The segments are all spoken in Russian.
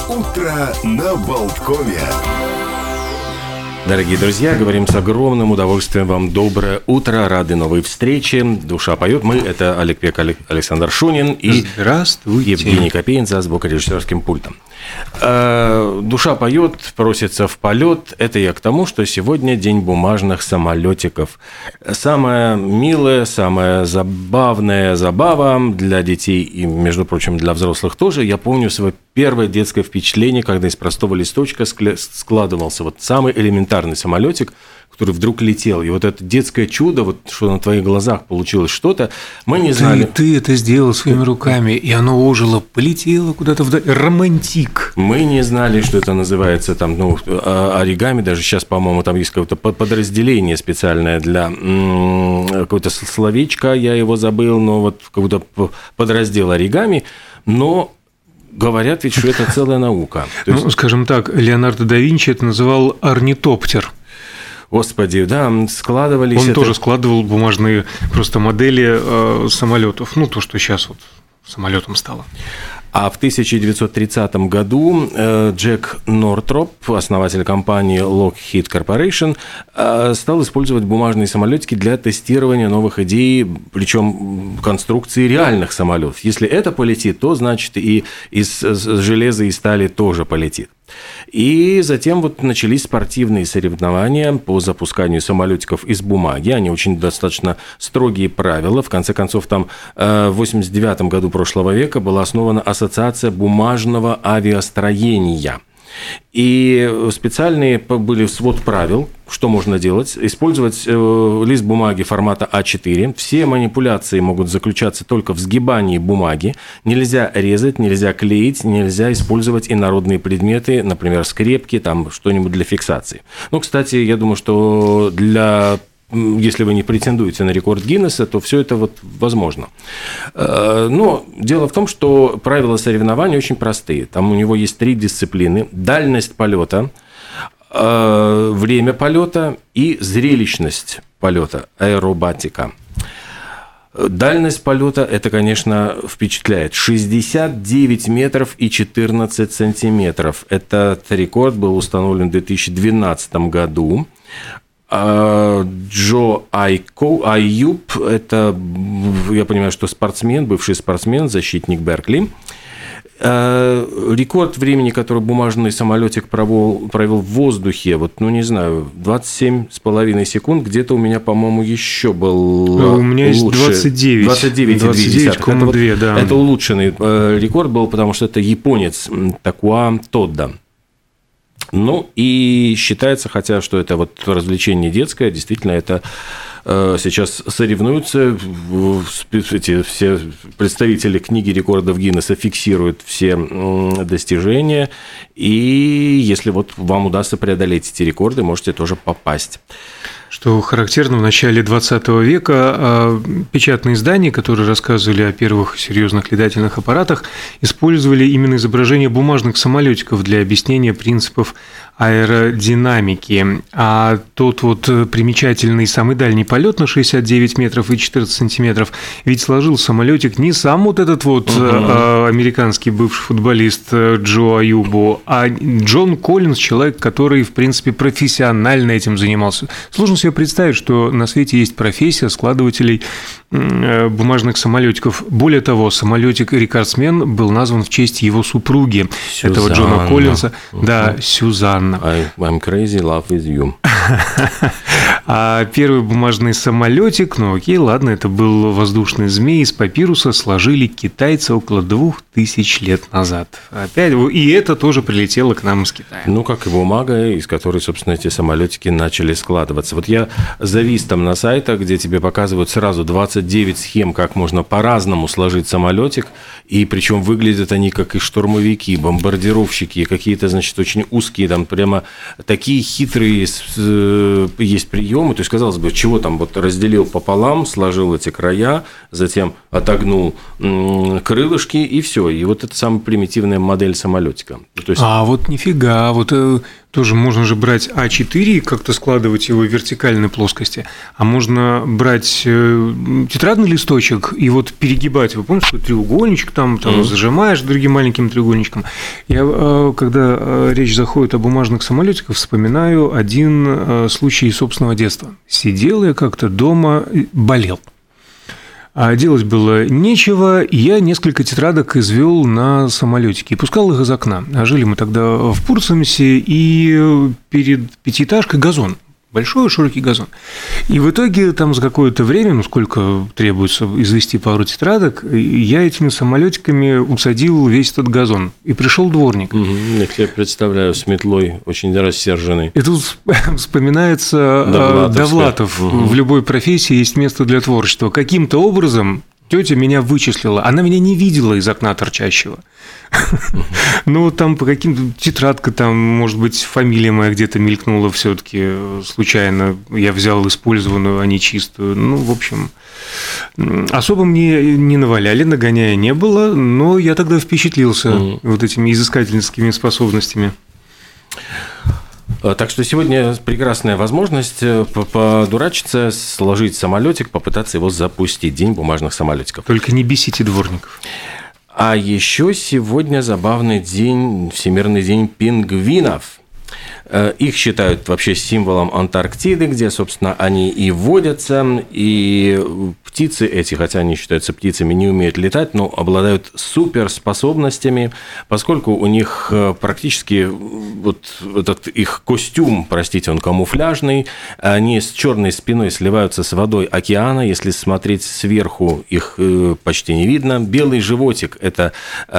Утро на Болткове. Дорогие друзья, говорим с огромным удовольствием вам доброе утро, рады новой встрече. Душа поет. Мы – это Олег Пек, Александр Шунин и здравствуйте. Евгений Копейн за звукорежиссерским пультом. Душа поет, просится в полет. Это я к тому, что сегодня день бумажных самолетиков. Самая милая, самая забавная забава для детей и, между прочим, для взрослых тоже. Я помню свое первое детское впечатление, когда из простого листочка складывался вот самый элементарный самолетик, который вдруг летел. И вот это детское чудо, вот что на твоих глазах получилось что-то, мы не знали. Ты это сделал своими руками, и оно ожило, полетело куда-то вдаль. Романтик. Мы не знали, что это называется там, оригами. Даже сейчас, по-моему, там есть какое-то подразделение специальное для какое-то словечко, я его забыл, но вот какой-то подраздел оригами. Но говорят ведь, что это целая наука. Скажем так, Леонардо да Винчи это называл орнитоптер. Господи, да, складывались... Он тоже складывал бумажные просто модели самолетов, то, что сейчас вот самолетом стало. А в 1930 году Джек Нортроп, основатель компании Lockheed Corporation, стал использовать бумажные самолетики для тестирования новых идей, причем конструкции реальных самолетов. Если это полетит, то значит и из железа и стали тоже полетит. И затем вот начались спортивные соревнования по запусканию самолетиков из бумаги. Они очень достаточно строгие правила. В конце концов, там в 1989 году прошлого века была основана Ассоциация бумажного авиастроения. И специальные были свод правил, что можно делать. Использовать лист бумаги формата А4. Все манипуляции могут заключаться только в сгибании бумаги. Нельзя резать, нельзя клеить, нельзя использовать инородные предметы, например, скрепки, там что-нибудь для фиксации. Кстати, я думаю, что если вы не претендуете на рекорд Гиннесса, то все это вот возможно. Но дело в том, что правила соревнований очень простые. Там у него есть 3 дисциплины: дальность полета, время полета и зрелищность полета, аэробатика. Дальность полета, это, конечно, впечатляет. 69 метров и 14 сантиметров. Этот рекорд был установлен в 2012 году. Джо Айюб, это, я понимаю, что бывший спортсмен, защитник Беркли. Рекорд времени, который бумажный самолетик провел в воздухе, 27,5 секунд, где-то у меня, по-моему, еще был. У меня есть 29,2, да. Это улучшенный рекорд был, потому что это японец Такуа Тодда. И считается, хотя что это вот развлечение детское, действительно, это сейчас соревнуются, все представители книги рекордов Гиннесса фиксируют все достижения, и если вот вам удастся преодолеть эти рекорды, можете тоже попасть. Что характерно, в начале 20 века печатные издания, которые рассказывали о первых серьезных летательных аппаратах, использовали именно изображение бумажных самолетиков для объяснения принципов аэродинамики. А тот вот примечательный самый дальний полет на 69 метров и 14 сантиметров, ведь сложил самолетик не сам вот этот вот американский бывший футболист Джо Айюбу, а Джон Коллинз, человек, который, в принципе, профессионально этим занимался. Сложно себе представить, что на свете есть профессия складывателей бумажных самолетиков. Более того, самолетик-рекордсмен был назван в честь его супруги, этого Джона Коллинза. Да, Сюзанна. I'm crazy, love with you. А первый бумажный самолетик, ладно, это был воздушный змей из папируса, сложили китайцы около 2000 лет назад. Опять, и это тоже прилетело к нам из Китая. Как и бумага, из которой, собственно, эти самолетики начали складываться. Вот я завис там на сайтах, где тебе показывают сразу 29 схем, как можно по-разному сложить самолетик, и причем выглядят они как и штурмовики, бомбардировщики, какие-то, очень узкие, там прямо такие хитрые есть приемы. То есть, казалось бы, чего там вот разделил пополам, сложил эти края, затем отогнул крылышки, и все. И вот это самая примитивная модель самолетика. А вот нифига, вот Тоже можно же брать А4 и как-то складывать его в вертикальной плоскости, а можно брать тетрадный листочек и вот перегибать. Вы помните, что треугольничек там зажимаешь другим маленьким треугольничком. Я, когда речь заходит о бумажных самолетиках, вспоминаю один случай из собственного детства. Сидел я как-то дома, болел. А делать было нечего, и я несколько тетрадок извел на самолетике и пускал их из окна. А жили мы тогда в Пурсамсе, и перед пятиэтажкой газон. Большой широкий газон. И в итоге там за какое-то время, сколько требуется извести пару тетрадок, я этими самолетиками усадил весь этот газон. И пришел дворник. Я себе представляю, с метлой очень рассерженный. И тут вспоминается Довлатов. В любой профессии есть место для творчества. Каким-то образом тетя меня вычислила. Она меня не видела из окна торчащего. Ну, там по каким-то тетрадка, там, может быть, фамилия моя где-то мелькнула все-таки случайно. Я взял использованную, а не чистую. Ну, в общем, особо мне не наваляли, нагоняя не было, но я тогда впечатлился вот этими изыскательскими способностями. Так что сегодня прекрасная возможность подурачиться, сложить самолетик, попытаться его запустить. День бумажных самолетиков. Только не бесите дворников. А еще сегодня забавный день, Всемирный день пингвинов. Их считают вообще символом Антарктиды, где, собственно, они и водятся, и птицы эти, хотя они считаются птицами, не умеют летать, но обладают суперспособностями, поскольку у них практически вот этот их костюм, простите, он камуфляжный, они с черной спиной сливаются с водой океана, если смотреть сверху, их почти не видно. Белый животик – это,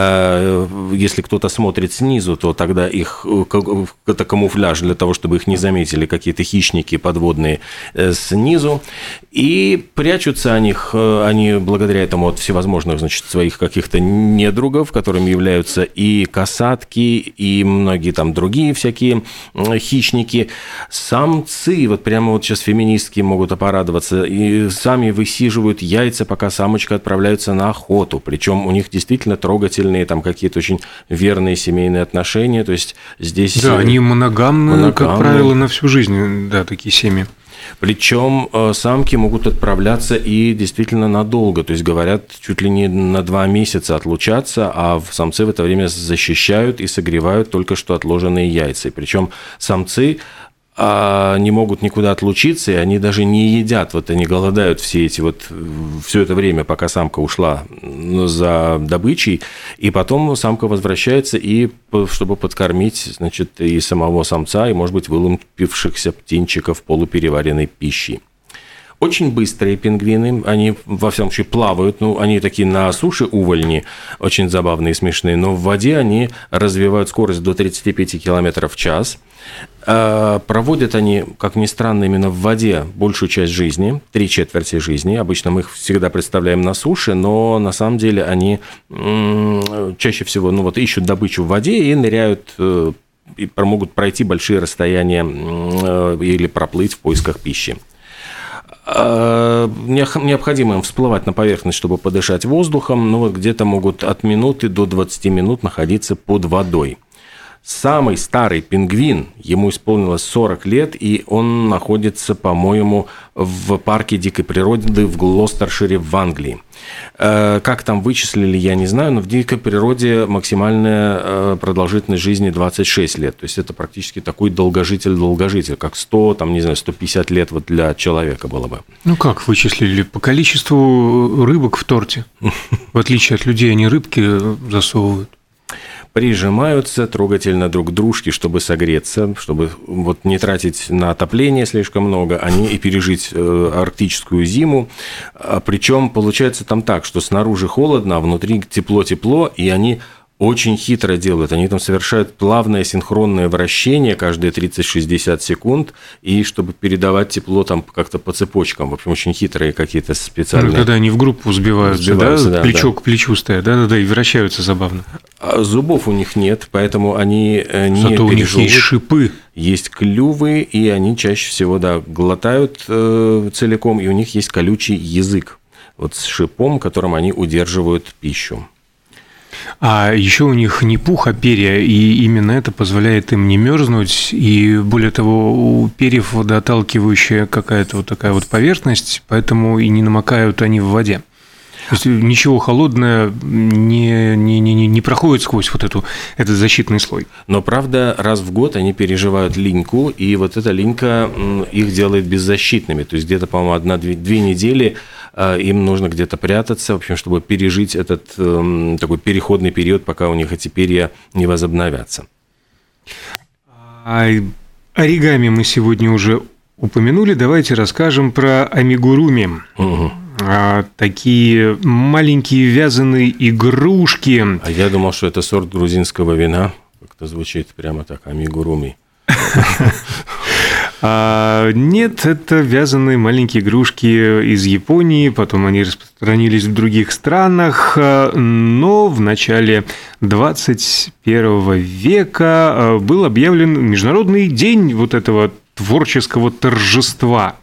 если кто-то смотрит снизу, то тогда их это камуфляж для того, чтобы их не заметили какие-то хищники подводные снизу. И прячутся они благодаря этому от всевозможных, значит, своих каких-то недругов, которыми являются и касатки, и многие там другие всякие хищники. Самцы, вот прямо вот сейчас феминистки могут порадоваться, и сами высиживают яйца, пока самочка отправляется на охоту. Причем у них действительно трогательные, там какие-то очень верные семейные отношения. То есть здесь... Да, они моногамны, как правило, на всю жизнь, да, такие семьи. Причем самки могут отправляться и действительно надолго, то есть говорят, чуть ли не на 2 месяца отлучаться, а самцы в это время защищают и согревают только что отложенные яйца. Причем самцы не могут никуда отлучиться, и они даже не едят, вот они голодают все это время, пока самка ушла за добычей, и потом самка возвращается, и чтобы подкормить, значит, и самого самца, и, может быть, вылупившихся птенчиков полупереваренной пищей. Очень быстрые пингвины, они, во всяком случае, плавают, они такие на суше увольни, очень забавные и смешные, но в воде они развивают скорость до 35 км в час. Проводят они, как ни странно, именно в воде большую часть жизни, 3/4 жизни. Обычно мы их всегда представляем на суше, но на самом деле они чаще всего ищут добычу в воде и ныряют, и могут пройти большие расстояния или проплыть в поисках пищи. Необходимо им всплывать на поверхность, чтобы подышать воздухом, но где-то могут от минуты до 20 минут находиться под водой. Самый старый пингвин, ему исполнилось 40 лет, и он находится, по-моему, в парке дикой природы в Глостершире в Англии. Как там вычислили, я не знаю, но в дикой природе максимальная продолжительность жизни 26 лет. То есть это практически такой долгожитель, как 100, 150 лет вот для человека было бы. Ну как вычислили? По количеству рыбок в торте. В отличие от людей, они рыбки засовывают. Прижимаются трогательно друг к дружке, чтобы согреться, чтобы вот не тратить на отопление слишком много, и пережить арктическую зиму. Причем получается там так, что снаружи холодно, а внутри тепло-тепло, и они очень хитро делают. Они там совершают плавное синхронное вращение каждые 30-60 секунд, и чтобы передавать тепло там как-то по цепочкам. В общем, очень хитрые какие-то специальные... Когда они в группу сбиваются, да, плечо к плечу стоят, да, и вращаются забавно. Зубов у них нет, поэтому они не Зато у них есть шипы. Есть клювы, и они чаще всего, глотают целиком, и у них есть колючий язык, вот с шипом, которым они удерживают пищу. А еще у них не пух, а перья, и именно это позволяет им не мерзнуть, и более того, у перьев водоотталкивающая какая-то вот такая вот поверхность, поэтому и не намокают они в воде. То есть ничего холодное не проходит сквозь вот этот защитный слой. Но, правда, раз в год они переживают линьку, и вот эта линька их делает беззащитными. То есть где-то, по-моему, 1-2 недели им нужно где-то прятаться, в общем, чтобы пережить этот такой переходный период, пока у них эти перья не возобновятся. Оригами мы сегодня уже упомянули. Давайте расскажем про амигуруми. Угу. Такие маленькие вязаные игрушки. А я думал, что это сорт грузинского вина. Как-то звучит прямо так, амигуруми. Нет, это вязаные маленькие игрушки из Японии, потом они распространились в других странах, но в начале 21 века был объявлен Международный день вот этого творческого торжества.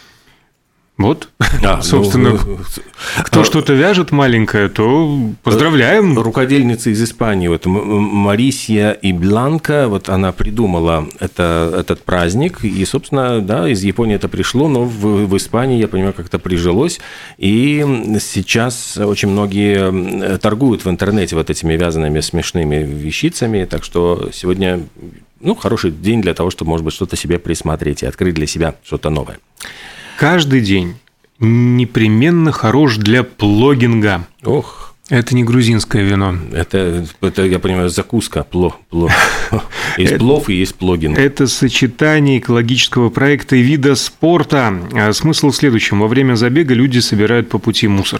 Вот, собственно, кто что-то вяжет маленькое, то поздравляем. Рукодельница из Испании, вот Марисия и Бланка, вот она придумала этот праздник, и, собственно, да, из Японии это пришло, но в Испании, я понимаю, как-то прижилось, и сейчас очень многие торгуют в интернете вот этими вязаными смешными вещицами, так что сегодня, хороший день для того, чтобы, может быть, что-то себе присмотреть и открыть для себя что-то новое. Каждый день непременно хорош для плогинга. Ох. Это не грузинское вино. Это я понимаю, закуска. Есть плов и есть плогинг. Это сочетание экологического проекта и вида спорта. Смысл в следующем. Во время забега люди собирают по пути мусор.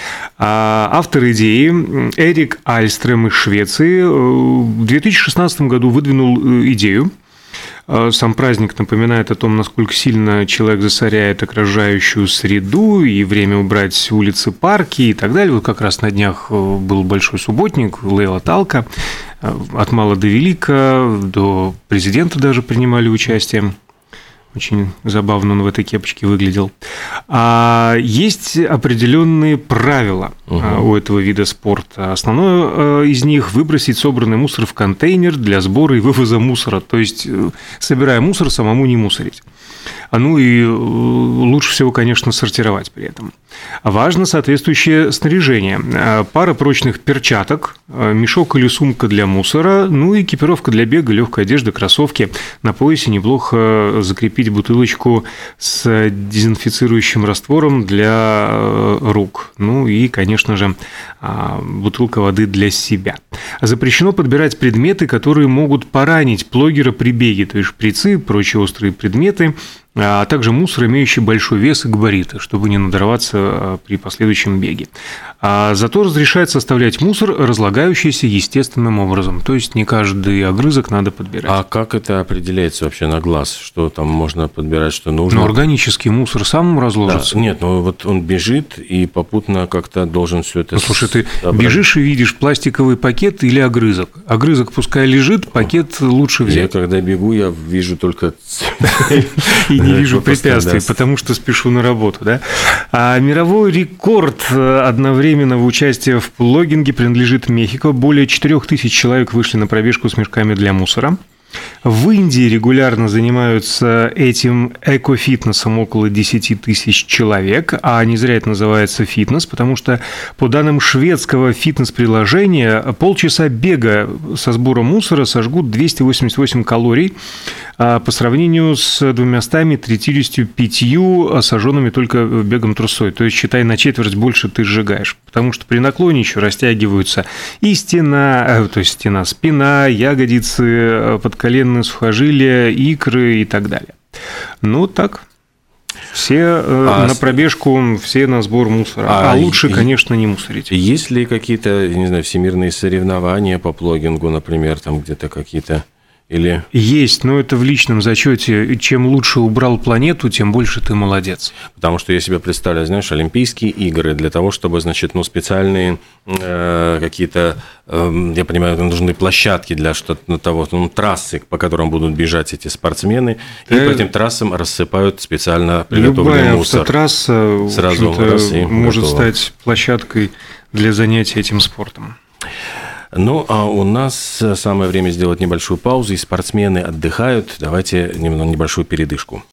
Автор идеи Эрик Альстрем из Швеции в 2016 году выдвинул идею. Сам праздник напоминает о том, насколько сильно человек засоряет окружающую среду, и время убрать улицы, парки и так далее. Вот как раз на днях был большой субботник, Лейла Талка, от мала до велика, до президента даже принимали участие. Очень забавно он в этой кепочке выглядел. Есть определенные правила у этого вида спорта. Основное из них – выбросить собранный мусор в контейнер для сбора и вывоза мусора. То есть, собирая мусор, самому не мусорить. И лучше всего, конечно, сортировать при этом. Важно соответствующее снаряжение. Пара прочных перчаток, мешок или сумка для мусора, экипировка для бега, легкая одежда, кроссовки. На поясе неплохо закрепить бутылочку с дезинфицирующим раствором для рук. И, конечно же, бутылка воды для себя. Запрещено подбирать предметы, которые могут поранить плогера при беге, то есть шприцы, прочие острые предметы, а также мусор, имеющий большой вес и габариты, чтобы не надорваться при последующем беге. Зато разрешается оставлять мусор, разлагающийся естественным образом, то есть не каждый огрызок надо подбирать. А как это определяется вообще на глаз? Что там можно подбирать, что нужно? Органический мусор сам разложится. Да. Нет, вот он бежит и попутно как-то должен все это... Слушай, ты бежишь и видишь пластиковый пакет или огрызок. Огрызок пускай лежит, пакет лучше взять. Я когда бегу, я вижу только... И не вижу препятствий, потому что спешу на работу. Да? А мировой рекорд одновременного участия в плогинге принадлежит Мехико. Более 4000 человек вышли на пробежку с мешками для мусора. В Индии регулярно занимаются этим экофитнесом около 10 тысяч человек, а не зря это называется фитнес, потому что, по данным шведского фитнес-приложения, полчаса бега со сбором мусора сожгут 288 калорий по сравнению с 235 сожженными только бегом трусой. То есть, считай, на четверть больше ты сжигаешь, потому что при наклоне еще растягиваются и спина, ягодицы, подколенные сухожилия, икры и так далее. Так. Все на пробежку, все на сбор мусора. А лучше, конечно, не мусорить. Есть ли какие-то, не знаю, всемирные соревнования по плогингу, например, там где-то какие-то... Или... Есть, но это в личном зачете. Чем лучше убрал планету, тем больше ты молодец. Потому что я себе представляю, знаешь, Олимпийские игры для того, чтобы, специальные какие-то, я понимаю, нужны площадки для что-то того, трассы, по которым будут бежать эти спортсмены, и по этим трассам рассыпают специально приготовленный мусор. Любая автотрасса сразу может стать площадкой для занятий этим спортом. Ну, а у нас самое время сделать небольшую паузу, и спортсмены отдыхают. Давайте небольшую передышку.